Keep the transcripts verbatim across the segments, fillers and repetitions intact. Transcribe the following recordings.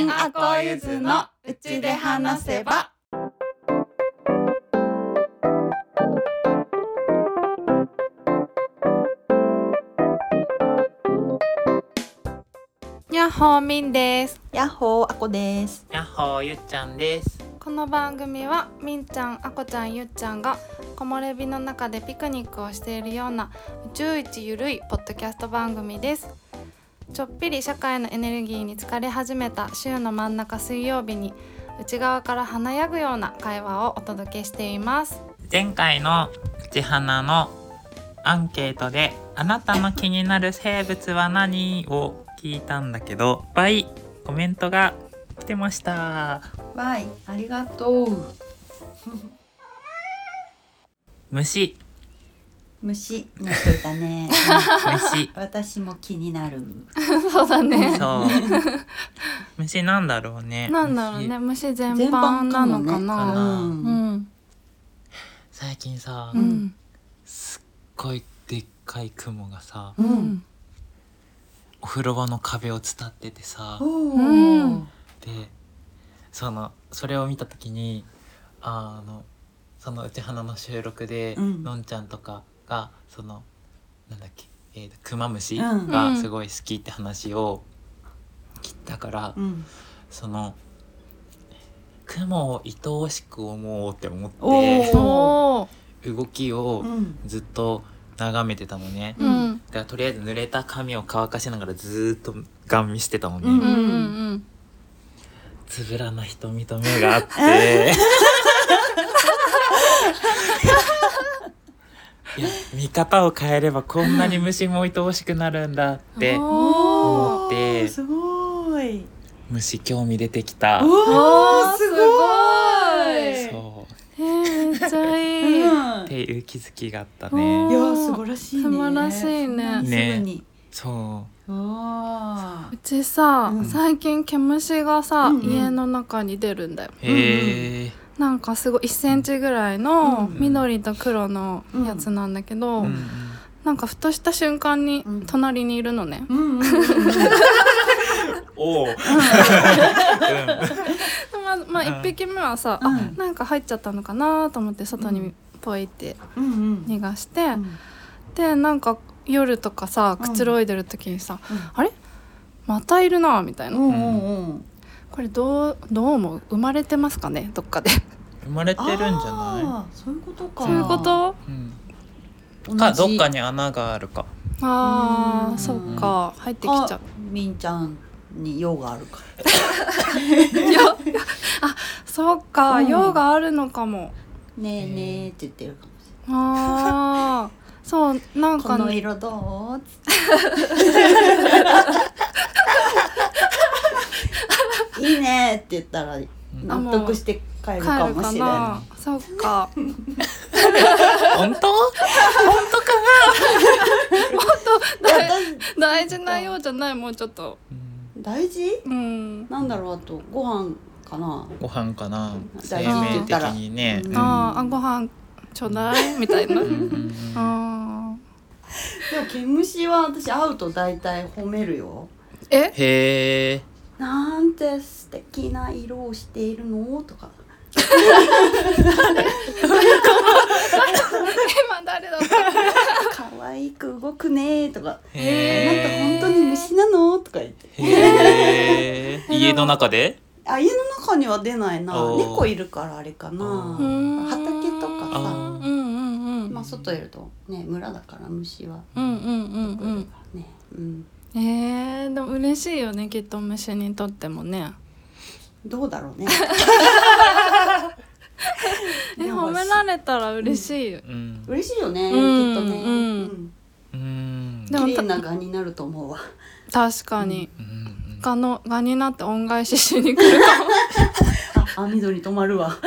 んあこゆずのうちで話せば。やっほーみんです。 やっほーあこです。 やっほーゆっちゃんです。 この番組はみんちゃん、あこちゃん、ゆっちゃんが木漏れ日の中でピクニックをしているような宇宙一ゆるいポッドキャスト番組です。ちょっぴり社会のエネルギーに疲れ始めた週の真ん中水曜日に内側から華やぐような会話をお届けしています。 前回のうちはなのアンケートであなたの気になる生物は何を聞いたんだけど、いっぱいコメントが来てました。 わい、ありがとう。 虫虫なっといたね。 虫私も気になる。 そうだね。 そう虫なんだろうね。 なんだろうね、虫全般なのかな。 かな、 うん、 最近さ、 うん、 すっごいでっかい雲がさ、 うん、 お風呂場の壁を伝っててさ、 うん、 でそのそれを見た時にあのそのうちはなの収録で、うん、のんちゃんとかがそのなんだっけ、えー、クマムシがすごい好きって話を聞いたから、うん、その雲を愛おしく思おうって思って動きをずっと眺めてたのね、うん、だからとりあえず濡れた髪を乾かしながらずっとガン見してたのね、うんうんうん、つぶらな瞳と目があっていや見方を変えればこんなに虫も愛おしくなるんだって思ってすごい虫興味出てきた。 おーすごい。 そうえー、めっちゃいい、 うん、っていう気づきがあったね。 いや素晴らしいね。 素晴らしいね。 ね、そううちさ、うん、最近毛虫がさ、うんうん、家の中に出るんだよ。 へー、 なんかすごいいっセンチぐらいの緑と黒のやつなんだけど、うんうん、なんかふとした瞬間に隣にいるのね、うんうんうんうん、 おうまあ、まあいっぴきめはさ、うん、あなんか入っちゃったのかなと思って外にポイって逃がして、うんうん、でなんか夜とかさくつろいでる時にさ、うん、あれまたいるなみたいな、うんうんうん、これどう、どう思う？生まれてますかねどっかで生まれてるんじゃない？ あそういうことか。 そういうこと、 うん、かどっかに穴があるか。 あーそっか入ってきちゃう。 みんちゃんに用があるからあそっか、うん、用があるのかも。 ねえねえって言ってるかもしれない。あーそうなんか、ね、 この色どういいねって言ったら納得して帰るかもしれない。 そっか本当本当かなもっと大, 大事なようじゃない？もうちょっと大事、 うん、 なんだろう。あとご飯かなご飯かな生命的にね、 うん、ああご飯ちょうだいみたいなうん、 あでも毛虫は私会うと大体褒めるよ。 えへーなんて素敵な色をしているのとか今誰だった可愛く動くねとかへなんか本当に虫なのとか言ってへ家の中であ家の中には出ないな。猫いるからあれかな。畑とかさ、うんうんうん、まあ外いるとね村だから虫はうんうんうんうんね、うん、 えー、でも嬉しいよねきっと虫にとってもね。 どうだろうねえ褒められたら嬉しいよ、 うん、嬉しいよね、うん、きっとね、うんうん、 綺麗な蛾になると思うわ。 確かに、うん、蛾の蛾になって恩返ししに来るかもあ、網戸に止まるわ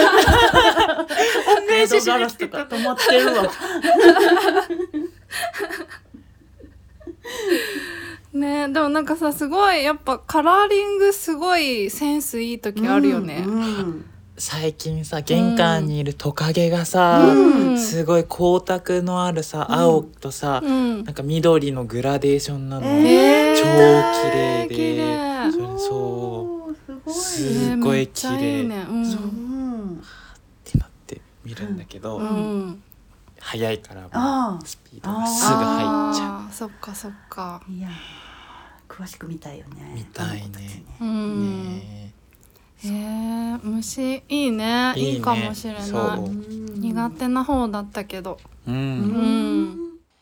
恩返ししに来てた止まってるわね、でもなんかさすごいやっぱカラーリングすごいセンスいい時あるよね、うんうん、 最近さ玄関にいるトカゲがさ、うん、すごい光沢のあるさ、うん、青とさ、うん、なんか緑のグラデーションなの、えー、超綺麗で、 綺麗それそうごいすごい綺麗、 いいね、うん、 そうってなって見るんだけど、 うん、 速いからあスピードがすぐ入っちゃう。そっかそっか。 いや詳しく見たいよね。 見たいね。 うん、 ねえー、虫いいね、いいね、いいかもしれない。苦手な方だったけど、 うん、うんうん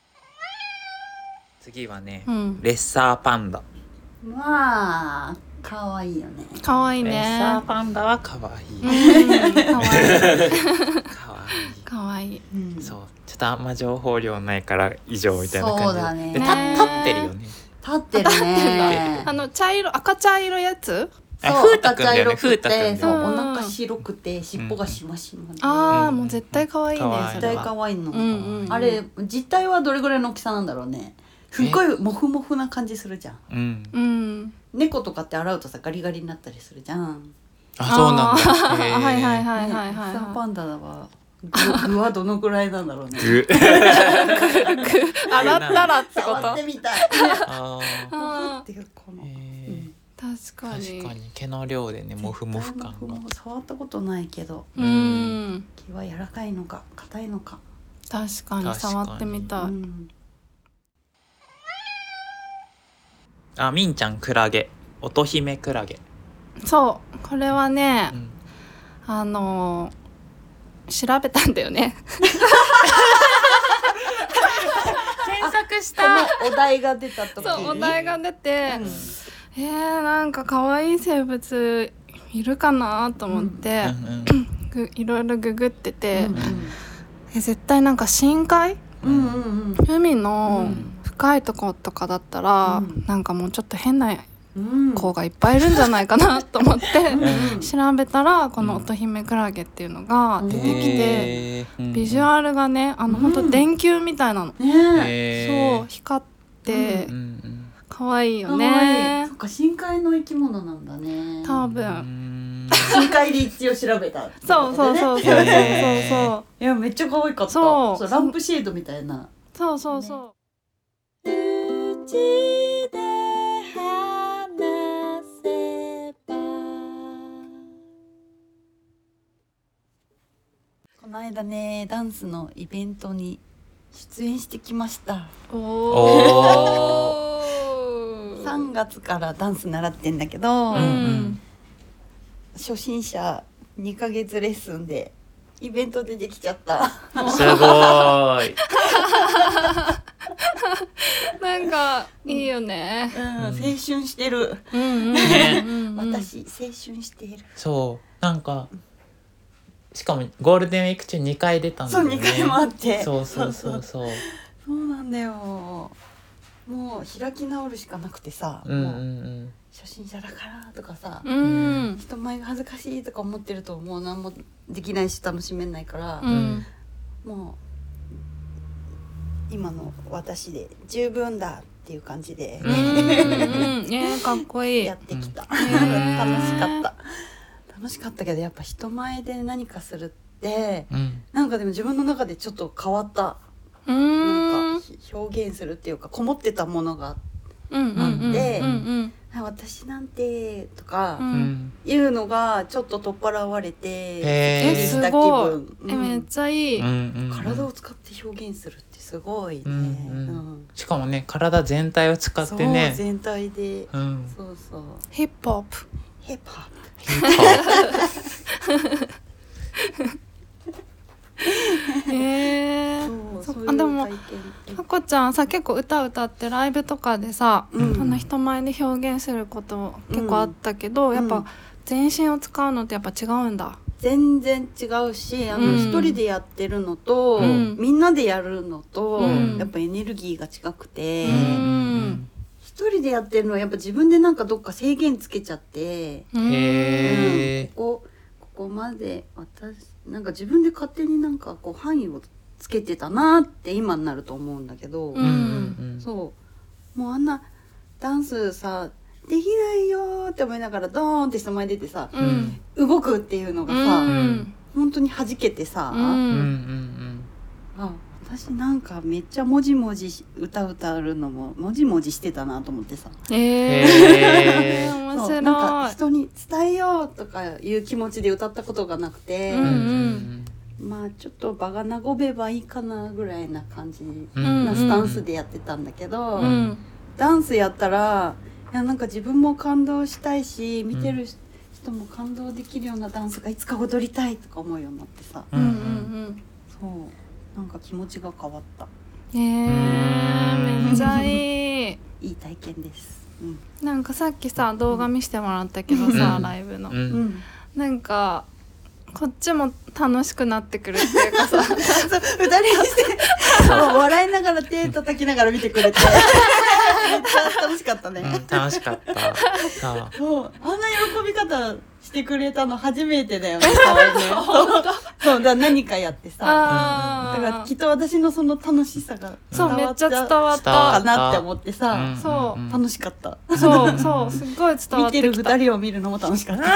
次はね、 うん、 レッサーパンダ。 まあ可愛いよね。 可愛いね。 レッサーパンダは可愛い。 うん、可愛い。 可愛い。 可愛い。 うん、 そう、ちょっとあんま情報量ないから以上みたいな感じで。 そうだね。 で、立ってるよね。 立ってるね。 あの茶色、赤茶色やつ。 そう、 風太くんだよね。風太くんだよね。 そう、お腹白くて尻尾がしましまで、 ああ、もう絶対可愛いね。 絶対可愛いの、 うんうん、 あれ実態はどれぐらいの大きさなんだろうね。すっごいモフモフな感じするじゃん。 うんうん、 猫とかって洗うとさガリガリになったりするじゃん。 あ、そうなんだ。 はいはいはいはいはい、 ね、サーパンダは具, 具はどのぐらいなんだろうね。 具洗ったらってこと。 触ってみたい。 ああっていうこの、うん、 確かに確かに毛の量でね、モフモフ感が。 触ったことないけど、 うん、 毛は柔らかいのか硬いのか。 確かに触ってみたい。うん、 あ、みんちゃんクラゲ、乙姫クラゲ。 そうこれはね、 うん、 あのー、調べたんだよね。検索した。 このお題が出た時に。 そうお題が出て、うん、えー、なんか可愛い生物いるかなと思って、うんうん、いろいろググってて、うんうん、え絶対なんか深海、うんうんうん、海の深いとことかだったら、うん、なんかもうちょっと変な子がいっぱいいるんじゃないかなと思ってうん、調べたらこの乙姫クラゲっていうのが出てきて、うん、ビジュアルがねあの、うん、ほんと電球みたいなの、ね、そう光って可愛いよね。 そっか深海の生き物なんだね。 多分深海で一応調べた、ね、 そうそうそうそうそうそう、 いやめっちゃ可愛かった。そうそうランプシェードみたいな。 そうそうそう、ね、うちでこの間ねダンスのイベントに出演してきました。 おーさんがつからダンス習ってんだけど、うんうん、初心者にかげつレッスンでイベントでできちゃった。 すごい。 なんかいいよね、 うんうん、青春してる、 うんうんね、私青春している。 そうなんかしかもゴールデンウィーク中にかい出たんだよね。 そうにかいもあって。 そうそうそうそうそうなんだよ。もう開き直るしかなくてさ、 うんうんうん、 もう初心者だからとかさ、 うん、 人前が恥ずかしいとか思ってるともう何もできないし楽しめないから、 うん、 もう今の私で十分だっていう感じで、 うんうん、えー、かっこいいやってきた、うん、楽しかった楽しかったけどやっぱ人前で何かするって、うん、なんかでも自分の中でちょっと変わった、 うん、 なんか表現するっていうかこもってたものがあって、 うんうんうんうん、 私なんてとかいうのがちょっと取っ払われて、 えー、すごい、うん、えめっちゃいい、 うんうんうん、体を使って表現するってすごいね、うんうんうん、しかもね体全体を使ってね、 そう全体で、 うん、 そうそうヒップホップヒップホップへーそあでもハコちゃんさ結構歌歌ってライブとかでさ、うん、あの人前で表現すること結構あったけど、うん、やっぱ全身を使うのってやっぱ違うんだ。 全然違うしあの、うん、一人でやってるのと、うん、みんなでやるのと、うん、やっぱエネルギーが違くて、うん、一人でやってるのはやっぱ自分でなんかどっか制限つけちゃって、 へー、 うん、ここここまで私なんか自分で勝手になんかこう範囲をつけてたなって今になると思うんだけど、 うん、 そうもうあんなダンスさできないよって思いながらドーンって人前出てさ、うん、動くっていうのがさ、うん、本当に弾けてさ、 うんうんうん、 あ私なんかめっちゃもじもじ歌歌うのももじもじしてたなと思ってさ。 えー、面白い。 なんか人に伝えようとかいう気持ちで歌ったことがなくて、 うんうんまあちょっと場が和べばいいかなぐらいな感じなスタンスでやってたんだけど、 うんうん、 ダンスやったらいやなんか自分も感動したいし見てる人も感動できるようなダンスがいつか踊りたいとか思うようになってさ、 うんうんうん、 そうなんか気持ちが変わった。 えー、めっちゃいいいい体験です、うん、 なんかさっきさ動画見せてもらったけどさ、うん、ライブの、うん、なんかこっちも楽しくなってくるっていうかさそうふたりして笑いながら手叩きながら見てくれてめっちゃ楽しかったね、 うん、楽しかったそうあんな喜び方してくれたの初めてだよねそうだ何かやってさだからきっと私のその楽しさが伝わったかなって思ってさ、うん、そう楽しかったそうそうすっごい伝わってきた。 見てるふたりを見るのも楽しかった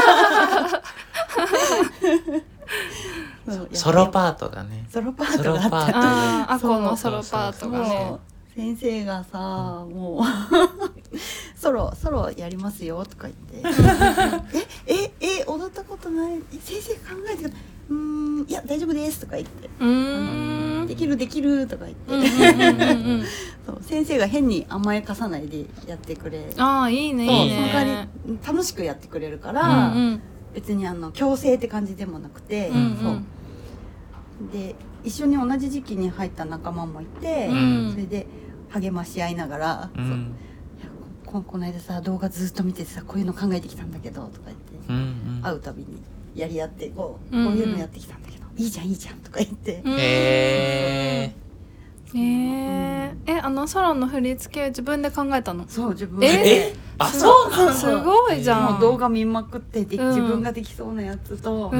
ソロパートがねソロパートがあったああこのソロパートがね先生がさ、うん、もうソロソロやりますよとか言ってえええ踊ったことない先生考えてくださいうーんいや大丈夫ですとか言ってうーんできるできるとか言ってそう先生が変に甘やかさないでやってくれああいいねいいねその代わり楽しくやってくれるから、うんうん、別にあの強制って感じでもなくて、うんうん、そうで一緒に同じ時期に入った仲間もいて、うん、それで励まし合いながら、うん、そういや こ, この間さ動画ずっと見ててさこういうの考えてきたんだけどとか言って、うんうん、会うたびにやり合ってこう、うんうん、こういうのやってきたんだけどいいじゃんいいじゃんとか言って、うん、 へーえー、えあのソロの振り付け自分で考えたの？ そう自分でえあそうなのすごいじゃん。 もう動画見まくってで、うん、自分ができそうなやつと、うん、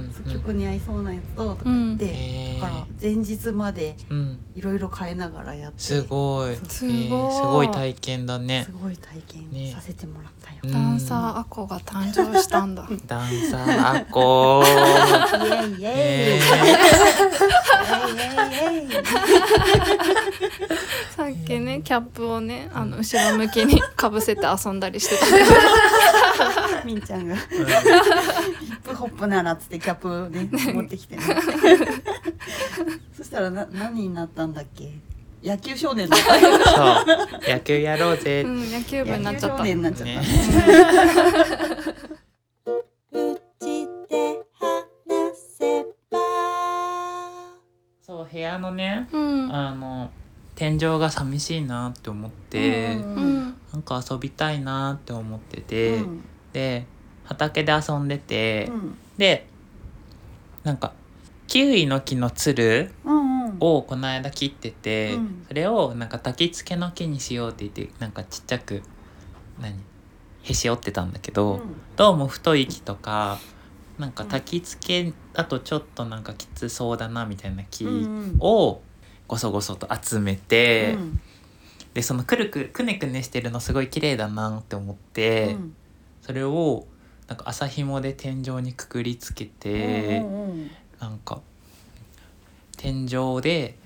曲に合いそうなやつととか言って、うん、だから前日までいろいろ変えながらやって、 すごいすごい、 えー、すごい体験だね。 すごい体験させてもらったよ、 ね、ダンサーアコが誕生したんだダンサーアコイエイイエイ、えー、さっきねキャップをねあの後ろ向きにかぶせて遊んだりしてたみんちゃんがヒップホップならっつってキャップをね持ってきてねそしたらな何になったんだっけ野球少年だったそう野球やろうぜ、 うん、野球部になっちゃった野球少年になっちゃった、ね、 うちで話せばそう部屋のね、うん、あの天井が寂しいなって思って、うんうん、なんか遊びたいなって思ってて、うん、で畑で遊んでて、うん、でなんかキウイの木のつるをこの間切ってて、うん、それをなんか焚き付けの木にしようって言ってなんかちっちゃく何へし折ってたんだけど、うん、どうも太い木とかなんか焚き付けだとちょっとなんかきつそうだなみたいな木をごそごそと集めて、うん、でそのくるくくねくねしてるのすごい綺麗だなって思って、うん、それをなんか麻紐で天井にくくりつけて、うんうんうん、なんか天井で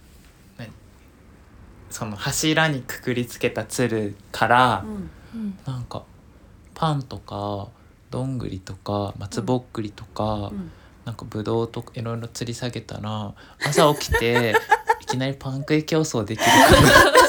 その柱にくくりつけたつるから、うん、なんかパンとかどんぐりとか松ぼっくりとか、うん、なんかぶどうとかいろいろ吊り下げたら朝起きていきなりパン食い競争できるからそうなんかね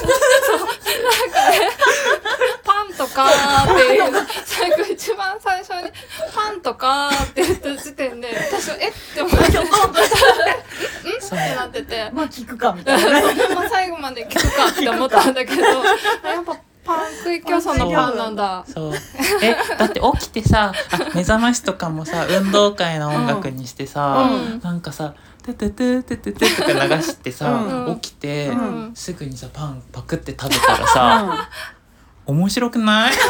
パンとかーっていう最後一番最初にパンとかーって言った時点で私はえって思ってんってなっててまあ聞くかみたいなまあ最後まで聞くかって思ったんだけどやっぱパン食い競争のパンなんだ。 そうえだって起きてさあ目覚ましとかもさ運動会の音楽にしてさ、うん、なんかさトゥトゥトゥトゥトゥトゥとか流してさ、うん、起きて、うん、すぐにさパンパクって食べたらさ、うん、面白くない？面白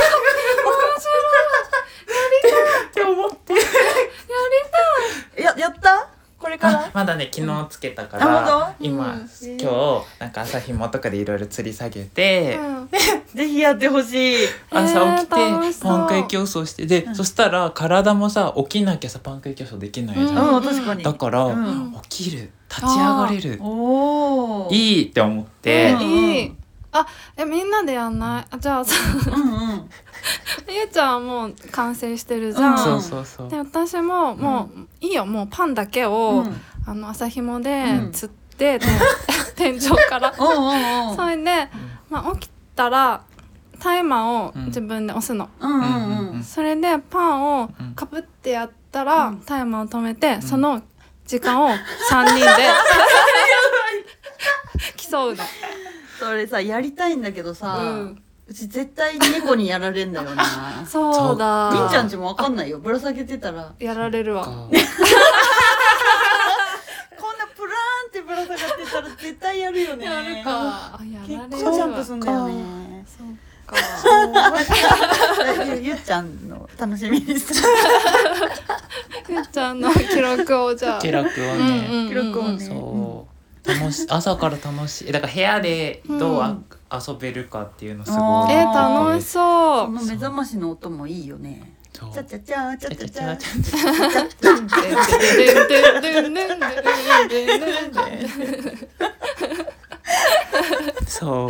いやりたいって思ってやりたいややったこれからまだね昨日つけたから、うん、今、うん、今日なんか朝紐とかでいろいろ吊り下げて、うん、 ぜひやってほしい。 朝起きてパン食い競争してで、うん、そしたら体もさ起きなきゃさパン食い競争できないじゃん、 うん、確かにだから、うん、起きる立ち上がれる、 おいいって思って、 うん、いい。あ、えみんなでやんない？あ、じゃあさ、うんうん、ゆうちゃんはもう完成してるじゃん、うん、 そうそうそう。で私ももう、うん、いいよ、もうパンだけを、うん、あの麻紐で釣って、うん、天井からそれで、まあ、起きたらタイマーを自分で押すの、うんうんうん、それでパンをかぶってやったら、うん、タイマーを止めて、うん、その時間をさんにんで競うの。 それさやりたいんだけどさ、うん、うち絶対猫にやられんだよなそうだ、 りんちゃんちもわかんないよ、ぶら下げてたらやられるわ。こんなプラーンってぶら下がってたら絶対やるよね。 やるか。あ、やられるわ。 結構ジャンプすんだよね。 そうか。 ゆ, ゆっちゃんの楽しみにするゆっちゃんの記録をじゃあ記録をね、 うんうんうん、記録をね、 そう楽し朝から楽しい。だから部屋でどう、うん、遊べるかっていうのすごい。 え楽しそう。 その目覚ましの音もいいよね。チャチャチャチャチャチャチャそう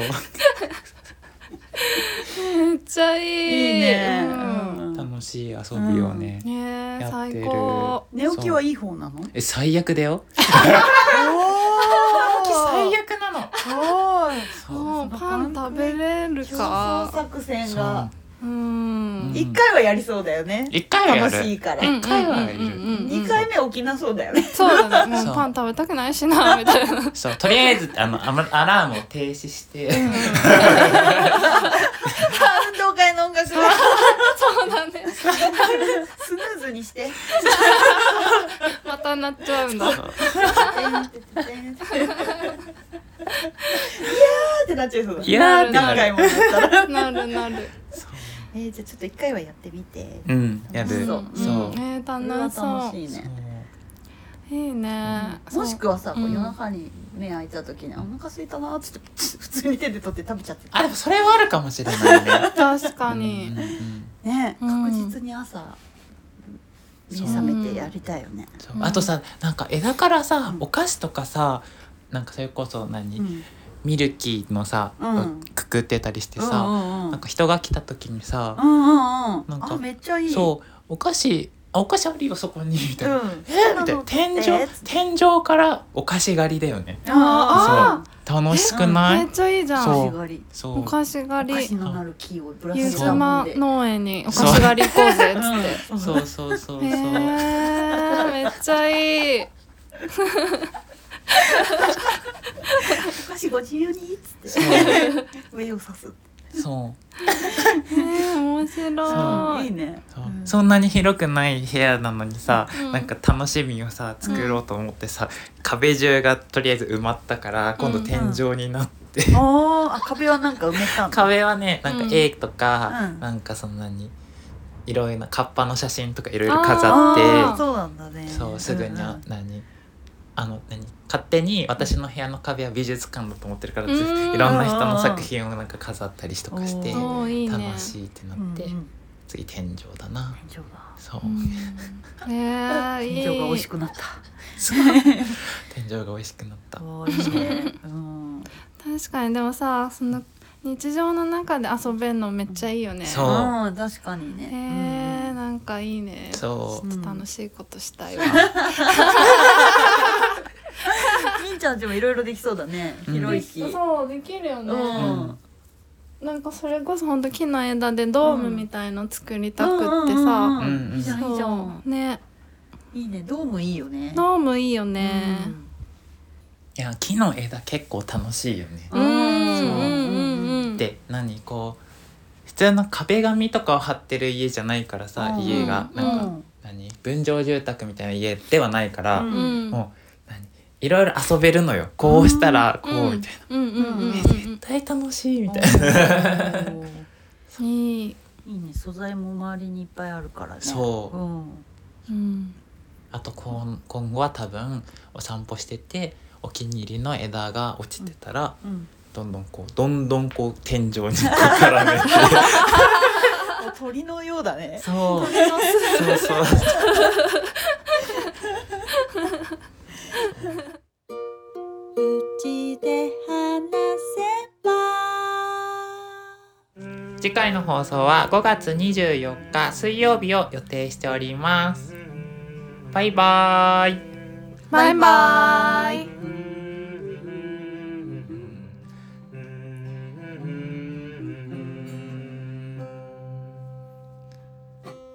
めっちゃいい。 いいね、 うん、楽しい遊びをね、うん、 ねやってる。 最高。 寝起きはいい方なの？ え最悪だよ最悪なの。 そうパン食べれるか。 競争作戦がうん一回はやりそうだよね。 一回はやる。 楽しいから。 一回はやる。 二回目起きなそうだよね。 そうだね。もうパン食べたくないしなみたいな。 そうとりあえずあのアラームを停止して。運動会の音楽が。 そうだね。 スヌーズにして。 またなっちゃうんだ。いやーってなっちゃいそうだ。 いやーって何回もやったら。 なるなる。 えー、じゃあちょっと一回はやってみて。 うんやる。そう。そうえー、楽しそう。 楽しいね。 いいね。 もしくはさ、こう夜中に目開いた時にお腹空いたなーっつって普通に手で取って食べちゃって。 あでもそれはあるかもしれないね。 確かに。 ね確実に朝。目覚めてやりたいよね。 あとさなんか枝からさお菓子とかさなんかそれこそ何、うん、ミルキーのさ、うん、くくってたりしてさ、うんうん、なんか人が来た時にさ、 うんうんうん、 なんかあめっちゃいい。 そうお菓子あお菓子あるよそこにみたいな、うん、 えみたいな天井天井からお菓子狩りだよね。 あそう楽しくない？ めっちゃいいじゃん。 そうそうお菓子狩り。 お菓子のなる木をぶら下げゆずま農園にお菓子狩り行こうぜっつって。 そうそうそうそう。 へーめっちゃいい。 お菓子ご自由にっつって上を刺す。 そう。 えー、面白い。いいね。 そう、うん、そんなに広くない部屋なのにさ、うん、なんか楽しみをさ作ろうと思ってさ、うん、壁中がとりあえず埋まったから今度天井になって、 うんうん、あ壁はなんか埋めたの？ 壁はねなんか絵とか、うん、なんかそんなにいろいろなカッパの写真とかいろいろ飾って、 そうなんだね。 そうすぐに、うんうん、何あの何勝手に私の部屋の壁は美術館だと思ってるから、いろんな人の作品をなんか飾ったりとかして楽しいってなって、うんうん、次天井だな。 天井だ。 そう。 うん、えー、 天井が美味しくなった。 そう天井が美味しくなった。 いいね、うん、 確かにでもさその日常の中で遊べるのめっちゃいいよね。 そう、 うん、確かにね。 へえ、うん、なんかいいね。 そうちょっと楽しいことしたいわ。 みんちゃんちもいろいろできそうだね。広いし。 そうできるよね。 うんなんかそれこそ本当木の枝でドームみたいの作りたくってさ。 いいじゃんいいじゃん。 ね。いいねドームいいよね。 ドームいいよね。 うん、いや木の枝結構楽しいよね。 うんうんうん。 で何こう普通の壁紙とかを貼ってる家じゃないからさ、家がなんか、うん、何分譲住宅みたいな家ではないから、うん、もう何いろいろ遊べるのよ。こうしたらこうみたいな。うんうんうんうん、え絶対楽しいみたいな。 いいいいね。素材も周りにいっぱいあるからね。 そう。 うんうん、あと今今後は多分お散歩しててお気に入りの枝が落ちてたら、うんうん、どんどんこうどんどんこう天井にこう絡めて鳥のようだね。 そう鳥のそうそう次回の放送はごがつにじゅうよっか水曜日を予定しております。バイバーイ。 バイバイ。